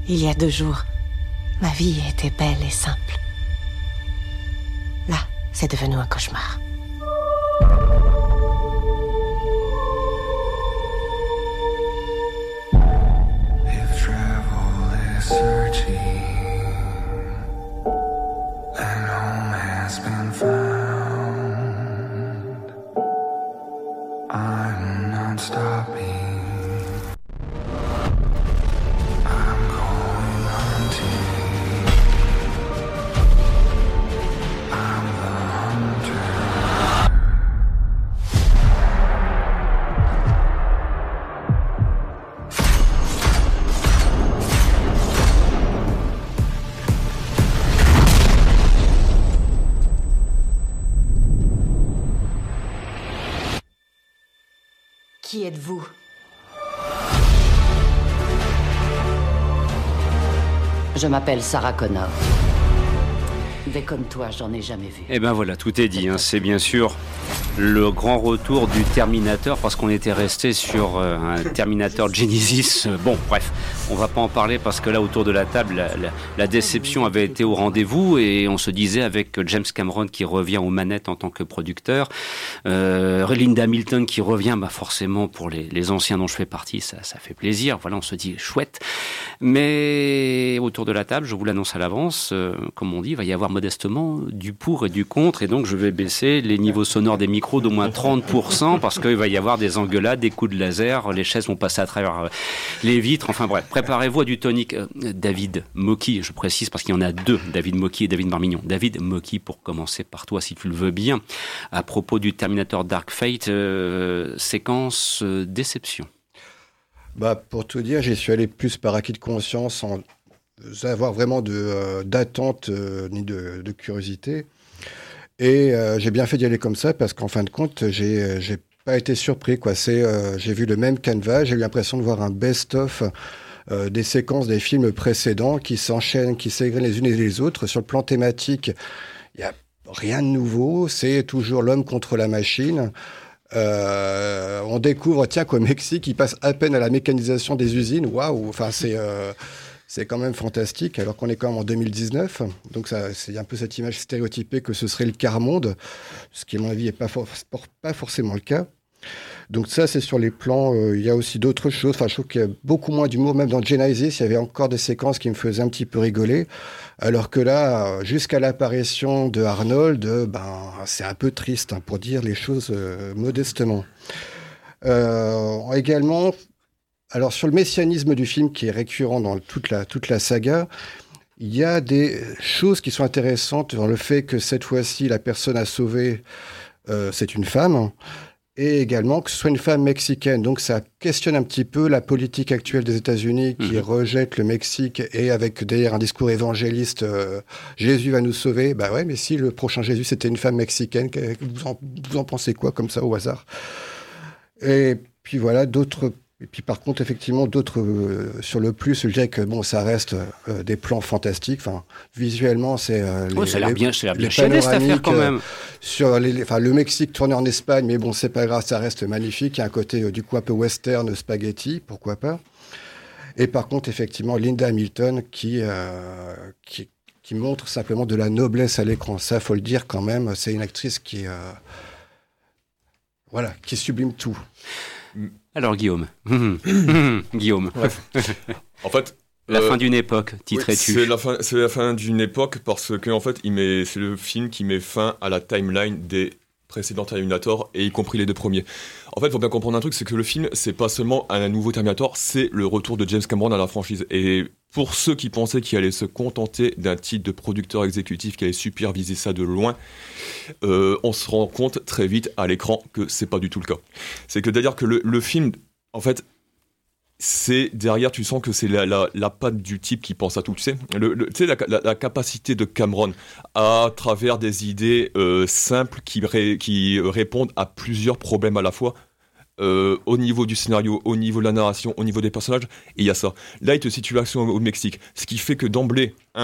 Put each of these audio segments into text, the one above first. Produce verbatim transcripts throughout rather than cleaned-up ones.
Il y a deux jours, ma vie était belle et simple. Là, c'est devenu un cauchemar. If travel is searching and home has been found, I'm not stopping. Qui êtes-vous ? Je m'appelle Sarah Connor. Des comme toi, j'en ai jamais vu. Eh ben voilà, tout est dit. Hein. C'est bien sûr le grand retour du Terminator, parce qu'on était resté sur euh, un Terminator Genesis. Bon, bref, on va pas en parler parce que là, autour de la table, la, la, la déception avait été au rendez-vous et on se disait avec James Cameron qui revient aux manettes en tant que producteur, euh, Linda Hamilton qui revient, bah forcément pour les, les anciens dont je fais partie, ça, ça fait plaisir. Voilà, on se dit chouette. Mais autour de la table, je vous l'annonce à l'avance, euh, comme on dit, il va y avoir modestement du pour et du contre, et donc je vais baisser les niveaux sonores des micros d'au moins trente pour cent parce qu'il va y avoir des engueulades, des coups de laser, les chaises vont passer à travers les vitres, enfin bref, préparez-vous à du tonique. Euh, David Mocky, je précise parce qu'il y en a deux, David Mocky et David Marmignon. David Mocky, pour commencer par toi si tu le veux bien, à propos du Terminator Dark Fate, euh, séquence euh, déception. Bah, pour tout dire, j'y suis allé plus par acquis de conscience, sans avoir vraiment de, euh, d'attente euh, ni de, de curiosité. Et euh, j'ai bien fait d'y aller comme ça parce qu'en fin de compte, j'ai, j'ai pas été surpris, quoi. C'est, euh, j'ai vu le même canevas, j'ai eu l'impression de voir un best-of euh, des séquences des films précédents qui s'enchaînent, qui s'égrènent les unes et les autres. Sur le plan thématique, il y a rien de nouveau, c'est toujours l'homme contre la machine. Euh, on découvre, tiens, qu'au Mexique, ils passent à peine à la mécanisation des usines. Waouh! Enfin, c'est, euh, c'est quand même fantastique, alors qu'on est quand même en deux mille dix-neuf. Donc, ça, c'est un peu cette image stéréotypée que ce serait le quart-monde, ce qui, à mon avis, n'est pas, for- pas forcément le cas. Donc, ça, c'est sur les plans. Euh, il y a aussi d'autres choses. Enfin, je trouve qu'il y a beaucoup moins d'humour. Même dans Genesis, il y avait encore des séquences qui me faisaient un petit peu rigoler. Alors que là, jusqu'à l'apparition de Arnold, ben, c'est un peu triste, hein, pour dire les choses euh, modestement. Euh, également, alors sur le messianisme du film qui est récurrent dans toute la, toute la saga, il y a des choses qui sont intéressantes dans le fait que cette fois-ci, la personne à sauver, euh, c'est une femme. Et également que ce soit une femme mexicaine. Donc ça questionne un petit peu la politique actuelle des États-Unis qui mmh. rejette le Mexique et avec derrière un discours évangéliste, euh, Jésus va nous sauver. Bah ouais, mais si le prochain Jésus c'était une femme mexicaine, vous en, vous en pensez quoi comme ça au hasard? Et puis voilà, d'autres. Et puis par contre, effectivement, d'autres euh, sur le plus, je dirais que bon, ça reste euh, des plans fantastiques. Enfin, visuellement, c'est euh, les, oh, ça a l'air bien, ça a l'air bien chaîné cette affaire quand même. Euh, sur les, enfin, le Mexique tourné en Espagne, mais bon, c'est pas grave, ça reste magnifique. Il y a un côté euh, du coup un peu western, spaghetti, pourquoi pas. Et par contre, effectivement, Linda Hamilton qui euh, qui, qui montre simplement de la noblesse à l'écran. Ça, faut le dire quand même. C'est une actrice qui euh, voilà, qui sublime tout. Alors Guillaume, Guillaume. Ouais. En fait, la euh, fin d'une époque, titrais-tu? Oui, c'est la fin, c'est la fin d'une époque parce que en fait, il met, c'est le film qui met fin à la timeline des précédents Terminator et y compris les deux premiers. En fait, il faut bien comprendre un truc, c'est que le film, c'est pas seulement un nouveau Terminator, c'est le retour de James Cameron à la franchise. Et pour ceux qui pensaient qu'il allait se contenter d'un titre de producteur exécutif qui allait superviser ça de loin, euh, on se rend compte très vite à l'écran que c'est pas du tout le cas. C'est que d'ailleurs que le, le film, en fait, c'est derrière, tu sens que c'est la, la, la patte du type qui pense à tout, tu sais. Le, le, tu sais, la, la, la capacité de Cameron à travers des idées euh, simples qui, ré, qui répondent à plusieurs problèmes à la fois, euh, au niveau du scénario, au niveau de la narration, au niveau des personnages, et il y a ça. Là, il te situe l'action au, au Mexique, ce qui fait que d'emblée, un,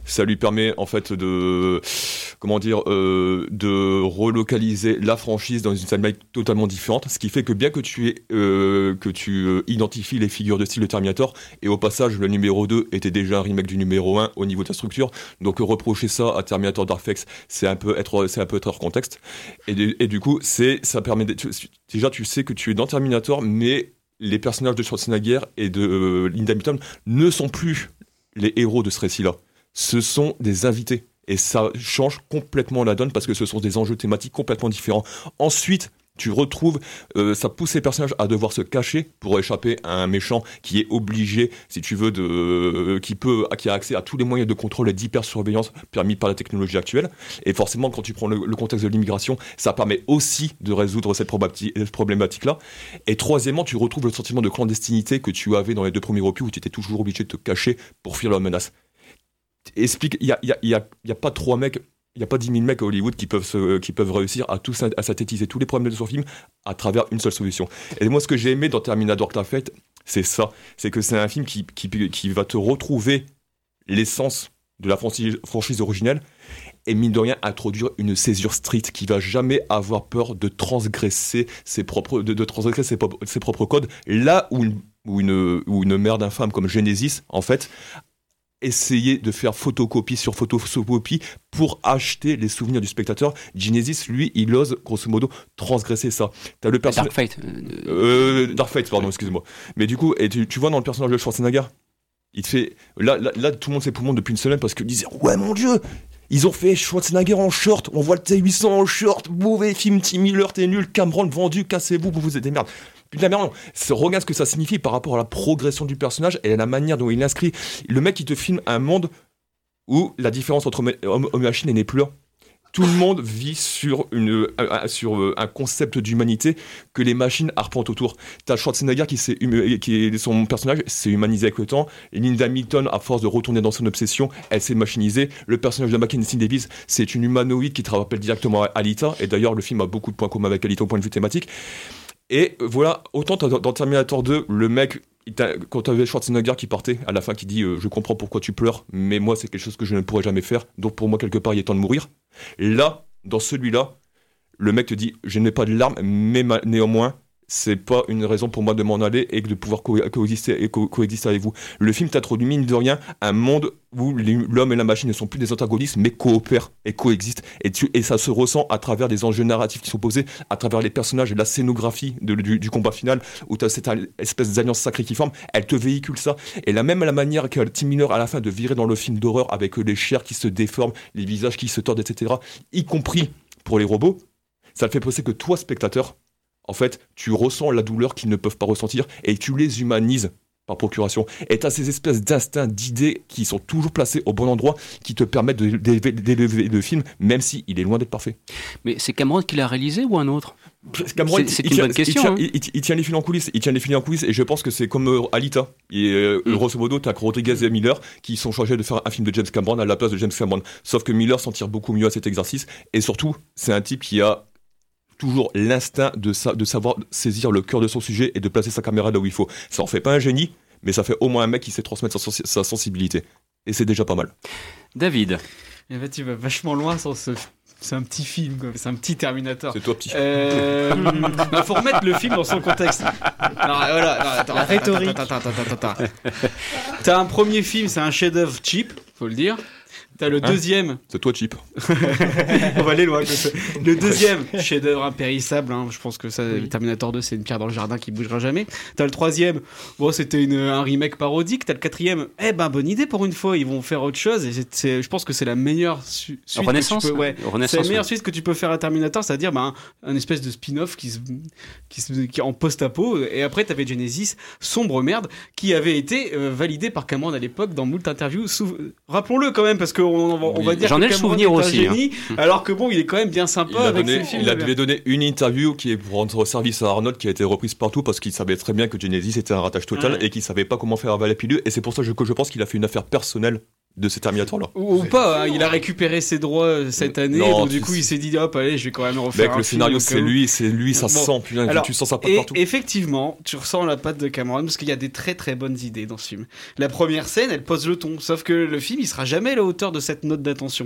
Ça lui permet en fait de, comment dire, euh, de relocaliser la franchise dans une timeline totalement différente, ce qui fait que bien que tu aies, euh, que tu euh, identifies les figures de style de Terminator, et au passage le numéro deux était déjà un remake du numéro un au niveau de la structure, donc euh, reprocher ça à Terminator Dark Fate, c'est un peu être, c'est un peu être hors contexte, et, de, et du coup c'est, ça permet de, tu, déjà tu sais que tu es dans Terminator, mais les personnages de Schwarzenegger et de euh, Linda Hamilton ne sont plus les héros de ce récit-là. Ce sont des invités. Et ça change complètement la donne parce que ce sont des enjeux thématiques complètement différents. Ensuite, tu retrouves, euh, ça pousse les personnages à devoir se cacher pour échapper à un méchant qui est obligé, si tu veux, de, euh, qui peut, qui a accès à tous les moyens de contrôle et d'hypersurveillance permis par la technologie actuelle. Et forcément, quand tu prends le, le contexte de l'immigration, ça permet aussi de résoudre cette problématique-là. Et troisièmement, tu retrouves le sentiment de clandestinité que tu avais dans les deux premiers opus où tu étais toujours obligé de te cacher pour fuir la menace. Explique, il y a, y a, y a, y a pas trois mecs, il y a pas dix mille mecs à Hollywood qui peuvent se, qui peuvent réussir à tout à synthétiser tous les problèmes de son film à travers une seule solution. Et moi, ce que j'ai aimé dans Terminator Dark Fate, c'est ça, c'est que c'est un film qui qui, qui va te retrouver l'essence de la franchise, franchise originelle et mine de rien introduire une césure stricte qui va jamais avoir peur de transgresser ses propres de, de transgresser ses, ses propres codes, là où une, où une où une merde infâme comme Genesis en fait essayer de faire photocopie sur photocopie pour acheter les souvenirs du spectateur. Genesis, lui, il ose, grosso modo, transgresser ça. T'as le personnage... Dark Fate. Euh, Dark Fate, pardon, excuse-moi. Mais du coup, et tu, tu vois dans le personnage de Schwarzenegger, il te fait... Là, là, là tout le monde s'est poumon depuis une semaine parce qu'ils disaient « Ouais, mon Dieu !» Ils ont fait Schwarzenegger en short, on voit le T huit cents en short, mauvais film, Tim Miller, t'es nul, Cameron vendu, cassez-vous, vous vous êtes des merdes. Putain, merde, non. Regarde ce que ça signifie par rapport à la progression du personnage et à la manière dont il inscrit. Le mec, il te filme un monde où la différence entre homme et machine n'est plus là. Tout le monde vit sur, une, un, sur un concept d'humanité que les machines arpentent autour. T'as Schwarzenegger qui, s'est hum, qui est son personnage s'est humanisé avec le temps. Linda Hamilton, à force de retourner dans son obsession, elle s'est machinisée. Le personnage de Mackenzie Davis, c'est une humanoïde qui te rappelle directement à Alita. Et d'ailleurs, le film a beaucoup de points communs avec Alita au point de vue thématique. Et voilà, autant dans Terminator deux, le mec, quand tu avais Schwarzenegger qui partait à la fin, qui dit euh, je comprends pourquoi tu pleures, mais moi c'est quelque chose que je ne pourrais jamais faire, donc pour moi quelque part il est temps de mourir. Là, dans celui-là, le mec te dit je n'ai pas de larmes, mais ma- néanmoins c'est pas une raison pour moi de m'en aller et de pouvoir co- coexister, et co- coexister avec vous. Le film t'introduit mine de rien un monde où l'homme et la machine ne sont plus des antagonistes mais coopèrent et coexistent, et, tu, et ça se ressent à travers des enjeux narratifs qui sont posés, à travers les personnages et la scénographie de, du, du combat final où tu as cette espèce d'alliance sacrée qui forme, elle te véhicule ça, et la même la manière que Tim Miller à la fin de virer dans le film d'horreur avec les chairs qui se déforment, les visages qui se tordent, etc., y compris pour les robots, ça te fait penser que toi spectateur, en fait, tu ressens la douleur qu'ils ne peuvent pas ressentir et tu les humanises par procuration. Et tu as ces espèces d'instincts, d'idées qui sont toujours placés au bon endroit, qui te permettent de, d'élever, d'élever le film, même s'il est loin d'être parfait. Mais c'est Cameron qui l'a réalisé ou un autre ? Cameron, c'est, c'est il, une tient, bonne question. Il tient, hein. il, il, il tient les fils en coulisses. Il tient les fils en coulisses et je pense que c'est comme euh, Alita. Et euh, mm. grosso modo, t'as Rodriguez et Miller qui sont chargés de faire un film de James Cameron à la place de James Cameron. Sauf que Miller s'en tire beaucoup mieux à cet exercice. Et surtout, c'est un type qui a toujours l'instinct de, sa, de savoir saisir le cœur de son sujet et de placer sa caméra là où il faut. Ça en fait pas un génie, mais ça fait au moins un mec qui sait transmettre sa, sa sensibilité. Et c'est déjà pas mal. David. En fait, tu vas vachement loin sans ce... C'est un petit film, quoi. C'est un petit Terminator. C'est toi, petit. Euh... Il faut remettre le film dans son contexte. Alors, voilà, non, attends, la rhétorique. Attends, attends, attends, attends. T'as un premier film, c'est un chef-d'œuvre cheap, faut le dire. T'as le hein deuxième. C'est toi, cheap. On va aller loin. Le deuxième, chef-d'œuvre impérissable. Hein. Je pense que ça, oui. Terminator deux, c'est une pierre dans le jardin qui bougera jamais. T'as le troisième, bon, c'était une, un remake parodique. T'as le quatrième, eh ben, bonne idée pour une fois. Ils vont faire autre chose. Et c'est, c'est, je pense que c'est la meilleure su- suite. Renaissance. Que tu peux, ouais, Renaissance. C'est la meilleure ouais. suite que tu peux faire à Terminator, c'est-à-dire ben, un, un espèce de spin-off qui se, qui se, qui en post-apo. Et après, t'avais Genesis, sombre merde, qui avait été euh, validé par Cameron à l'époque dans moult interviews. Sous... Rappelons-le quand même, parce qu'on on, on oui. va dire J'en que ai le Cameron souvenir est un aussi, génie, hein. alors que bon, il est quand même bien sympa il a avec donné, ses films. Il a devait donner une interview qui est pour rendre service à Arnold, qui a été reprise partout parce qu'il savait très bien que Genesis était un ratage total ouais. et qu'il savait pas comment faire avaler la pilule. Et c'est pour ça que je, que je pense qu'il a fait une affaire personnelle de ces Terminators-là. Ou, ou pas, hein, il a récupéré ses droits cette année, Non, donc du tu coup sais- il s'est dit hop allez je vais quand même refaire Mec, un le film scénario, au c'est cas où. lui, c'est lui, ça Bon, se sent, putain, alors, tu sens ça pas Et partout. effectivement, tu ressens la patte de Cameron parce qu'il y a des très très bonnes idées dans ce film. La première scène, elle pose le ton, sauf que le film, il sera jamais à la hauteur de cette note d'attention.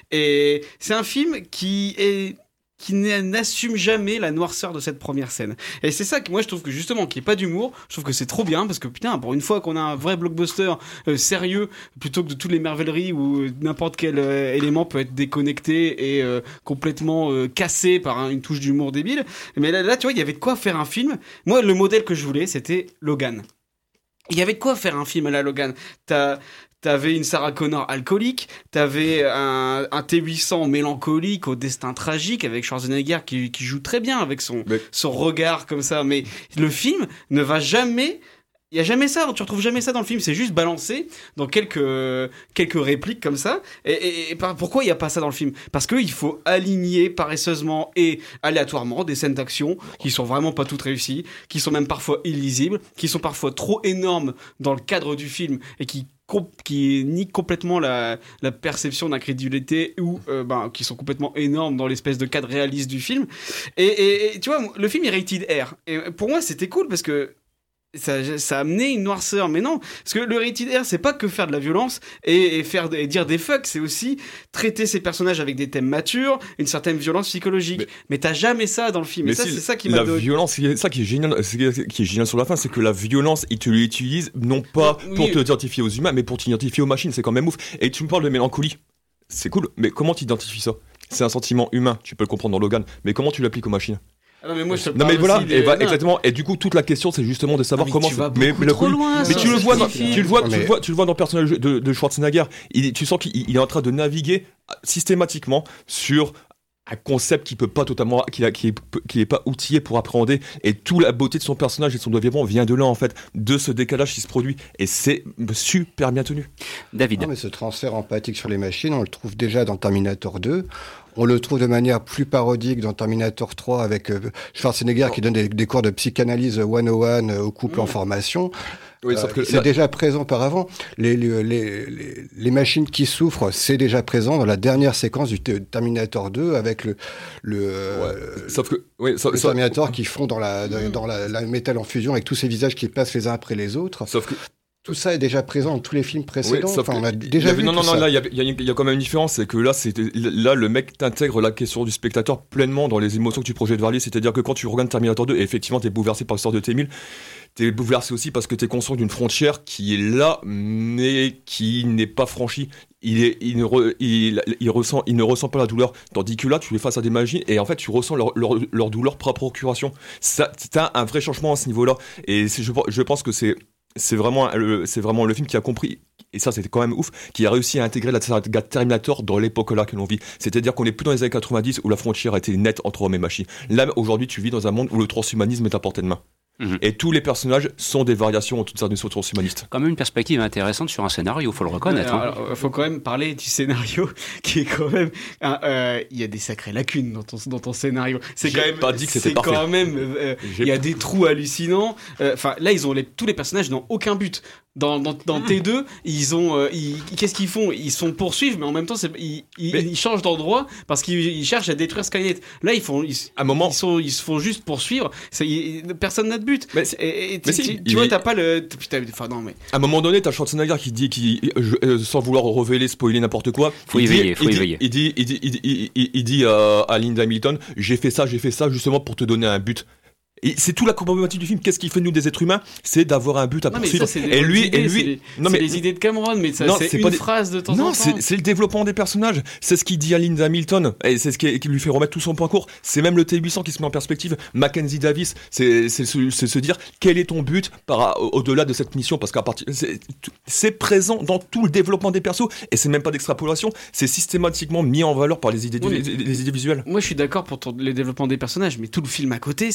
Et c'est un film qui est qui n'a- n'assume jamais la noirceur de cette première scène. Et c'est ça que moi je trouve que justement qu'il n'y ait pas d'humour, je trouve que c'est trop bien parce que putain, pour une fois qu'on a un vrai blockbuster euh, sérieux plutôt que de toutes les merveilleries où euh, n'importe quel euh, élément peut être déconnecté et euh, complètement euh, cassé par un- une touche d'humour débile. Mais là, là, tu vois, il y avait de quoi faire un film. Moi, le modèle que je voulais, c'était Logan. Il y avait de quoi faire un film à la Logan. T'as T'avais une Sarah Connor alcoolique, t'avais un, un T huit cents mélancolique au destin tragique avec Schwarzenegger qui, qui joue très bien avec son, Mais- son regard comme ça. Mais le film ne va jamais... Il y a jamais ça, tu retrouves jamais ça dans le film, c'est juste balancé dans quelques, quelques répliques comme ça. Et, et- et par- pourquoi il n'y a pas ça dans le film ? Parce qu'il faut aligner paresseusement et aléatoirement des scènes d'action qui sont vraiment pas toutes réussies, qui sont même parfois illisibles, qui sont parfois trop énormes dans le cadre du film et qui com- qui niquent complètement la, la perception d'incrédulité ou euh, ben, qui sont complètement énormes dans l'espèce de cadre réaliste du film. Et, et- et tu vois, le film est rated R. Et pour moi, c'était cool parce que ça, ça a amené une noirceur, mais non, parce que le rated R, c'est pas que faire de la violence et, et faire et dire des fucks, c'est aussi traiter ces personnages avec des thèmes matures, une certaine violence psychologique. Mais, Mais- t'as jamais ça dans le film. Mais et ça, si, c'est ça qui m'a la donné. violence, c'est ça qui est génial, c'est- qui est génial sur la fin, c'est que la violence, il te l'utilise non pas Oui. pour te identifier aux humains, mais pour t'identifier aux machines. C'est quand même ouf. Et tu me parles de mélancolie. C'est cool, mais comment tu identifies ça ? C'est un sentiment humain, tu peux le comprendre dans Logan, mais comment tu l'appliques aux machines ? Ah non, mais moi, je te Non parle mais voilà, aussi des- et bah, non. exactement. Et du coup, toute la question, c'est justement de savoir Ah, mais comment. tu vas mais beaucoup le trop coup- loin, mais ça, tu le c'est vois, dans, spécifique. tu le vois, Non, tu le mais- vois, tu le vois dans le personnage de, de Schwarzenegger. Il, tu sens qu'il il est en train de naviguer systématiquement sur un concept qui peut pas totalement, qui, a- qui, est, qui est pas outillé pour appréhender. Et toute la beauté de son personnage et de son développement vient de là en fait, de ce décalage qui se produit. Et c'est super bien tenu. David. Non, mais ce transfert empathique sur les machines, on le trouve déjà dans Terminator deux. On le trouve de manière plus parodique dans Terminator trois avec euh, Schwarzenegger qui donne des, des cours de psychanalyse cent un euh, au couple en formation. Oui, Euh, sauf que c'est là- déjà présent par avant. Les, les, les, les- les machines qui souffrent, c'est déjà présent dans la dernière séquence du T- Terminator deux avec le, le, euh, sauf que, oui, ça- le ça- Terminator qui fond dans la, dans, dans la, la métal en fusion avec tous ces visages qui passent les uns après les autres. sauf que Tout ça est déjà présent dans tous les films précédents. Oui, sauf Enfin, on que a il y déjà avait- vu non, tout non, non, ça. là, il y, a- il y a une- il y a quand même une différence, c'est que là, c'est, là, le mec t'intègre la question du spectateur pleinement dans les émotions que tu projettes vers lui. C'est-à-dire que quand tu regardes Terminator deux, et effectivement, t'es bouleversé par l'histoire de T mille, t'es bouleversé aussi parce que t'es conscient d'une frontière qui est là, mais qui n'est pas franchie. Il, est, il, ne re- il, il ressent, il ne ressent pas la douleur. Tandis que là, tu es face à des magies et en fait, tu ressens leur, leur, leur douleur par procuration. Ça, t'as un vrai changement à ce niveau-là. Et c'est- je, je pense que c'est. C'est vraiment, le, c'est vraiment le film qui a compris, et ça c'était quand même ouf, qui a réussi à intégrer la saga Terminator dans l'époque là que l'on vit. C'est-à-dire qu'on est plus dans les années quatre-vingt-dix où la frontière était nette entre hommes et machines. Là aujourd'hui tu vis dans un monde où le transhumanisme est à portée de main. Mhm. Et tous les personnages sont des variations autour de ce transhumaniste. Quand même une perspective intéressante sur un scénario, faut le reconnaître. hein. Alors, il faut quand même parler du scénario qui est quand même. un, euh, Il y a des sacrées lacunes dans ton, dans ton scénario. C'est J'ai quand même. pas dit que c'était c'est parfait. quand même. euh, J'ai- Il y a des trous hallucinants. Enfin, là, ils ont les, tous les personnages n'ont aucun but. Dans, dans, dans T deux, ils ont. euh, ils- qu'est-ce qu'ils font ? Ils se font poursuivre, mais en même temps, c'est, ils, ils, Mais- ils changent d'endroit parce qu'ils ils cherchent à détruire Skynet. Là, ils font. Ils, À un moment, ils, sont, ils se font juste poursuivre. Ça, ils- personne n'a de but. Mais- Et- et tu- mais si, tu, il tu vois, est- t'as pas le. Putain, enfin, non, mais. à un moment donné, t'as Schwarzenegger qui dit, qui, je- euh, sans vouloir révéler, spoiler n'importe quoi, Faut il y dit- veiller, faut il y dit- veiller. Il dit, il dit, il dit, il- il- il dit à, à Linda Hamilton, j'ai fait ça, j'ai fait ça justement pour te donner un but. Et c'est tout la problématique du film. Qu'est-ce qui fait de nous des êtres humains ? C'est d'avoir un but à Non, mais poursuivre. ça, c'est des Et bonnes lui, idées, et lui, c'est les- non c'est mais les idées de Cameron, mais ça, Non, c'est c'est une pas des- phrase de temps en non, temps. c'est c'est le développement des personnages. C'est ce qu'il dit à Linda Hamilton. Et c'est ce qui, qui lui fait remettre tout son point court. C'est même le T huit cents qui se met en perspective. Mackenzie Davis, c'est c'est se, c'est se dire quel est ton but par, au- au-delà de cette mission. Parce qu'à partir. C'est c'est présent dans tout le développement des persos. Et c'est même pas d'extrapolation. C'est systématiquement mis en valeur par les idées, Oui, les, les idées visuelles. Moi, je suis d'accord pour ton- le développement des personnages, mais tout le film à côté, c'est ça qui est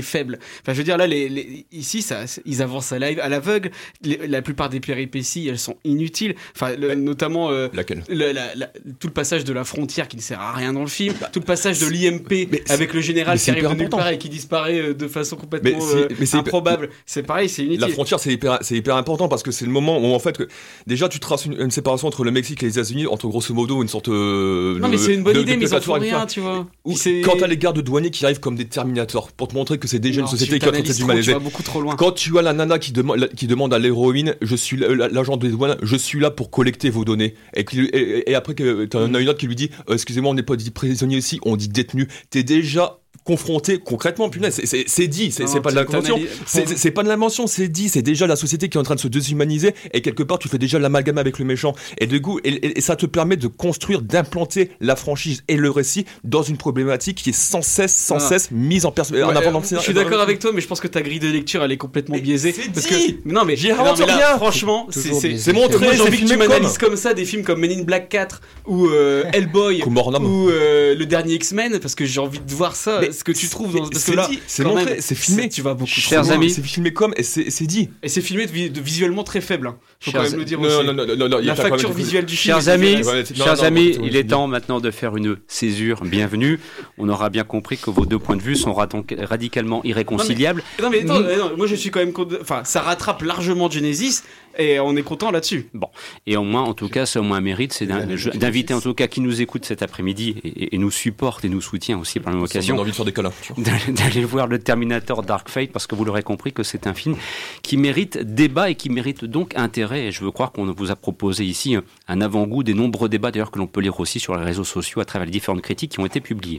est faible. Enfin, je veux dire, là, les, les, ici, ça, ils avancent à, live, à l'aveugle. Les, la plupart des péripéties, elles sont inutiles. Enfin, le, notamment euh, Laquelle le, la, la, tout le passage de la frontière qui ne sert à rien dans le film, tout le passage de l'I M P avec le général qui arrive de nulle part et qui disparaît de façon complètement mais c'est, mais c'est improbable. hyper, c'est pareil, c'est inutile. La frontière, c'est hyper, c'est hyper important parce que c'est le moment où en fait, que, déjà, tu traces une, une séparation entre le Mexique et les États-Unis, entre grosso modo une sorte. Euh, non, de, mais c'est une bonne de, idée, de mais ils en font rien, tu vois. Ou, quand t'as les gardes douaniers qui arrivent comme des Terminators pour te montrer que c'est déjà non, une société qui a traité d'humaniser. beaucoup trop loin. Quand tu as la nana qui, demande qui demande à l'héroïne, je suis l'agent des douanes, je suis là pour collecter vos données. Et, et, et après, t'en as une autre qui lui dit, euh, excusez-moi, on n'est pas dit prisonnier ici, on dit détenu. T'es déjà confronté concrètement, punaise, c'est, c'est, c'est dit, c'est, non, c'est pas de l'invention, c'est, c'est, c'est pas de l'invention, c'est dit, c'est déjà la société qui est en train de se déshumaniser et quelque part tu fais déjà l'amalgame avec le méchant et du coup, et, et, et ça te permet de construire, d'implanter la franchise et le récit dans une problématique qui est sans cesse, sans ah. cesse mise en, perso- ouais, en avant dans le scénario. Je suis d'accord avec toi, mais je pense que ta grille de lecture elle est complètement mais biaisée. C'est parce dit. Que, non mais j'y inventé rien. Franchement, c'est, c'est, c'est montré. Moi j'ai envie que tu m'analyses comme ça des films comme Men in Black quatre ou euh, Hellboy ou euh, le dernier X-Men parce que j'ai envie de voir ça. Ce que tu trouves dans parce c'est que là, dit, c'est montré, même, c'est filmé. C'est, tu vas beaucoup. Chers trop amis, loin. C'est filmé comme et c'est, c'est dit. Et c'est filmé de, de visuellement très faible. Hein. Faut chers quand même le dire non, aussi. Non, non, non, non, non, la facture visuelle du film. Chers amis, non, chers non, amis, non, il est temps maintenant de faire une césure. Bienvenue. On aura bien compris que vos deux points de vue sont radicalement irréconciliables. Non mais, non, mais attends, non, moi je suis quand même. Enfin, ça rattrape largement Genesis. Et on est content là-dessus. Bon, et au moins, en tout cas, c'est au moins un mérite, c'est d'inviter en tout cas qui nous écoute cet après-midi et, et nous supporte et nous soutient aussi par la même occasion. On a envie de faire des câlins. D'aller voir le Terminator Dark Fate parce que vous l'aurez compris que c'est un film qui mérite débat et qui mérite donc intérêt. Et je veux croire qu'on vous a proposé ici un avant-goût des nombreux débats d'ailleurs que l'on peut lire aussi sur les réseaux sociaux à travers les différentes critiques qui ont été publiées.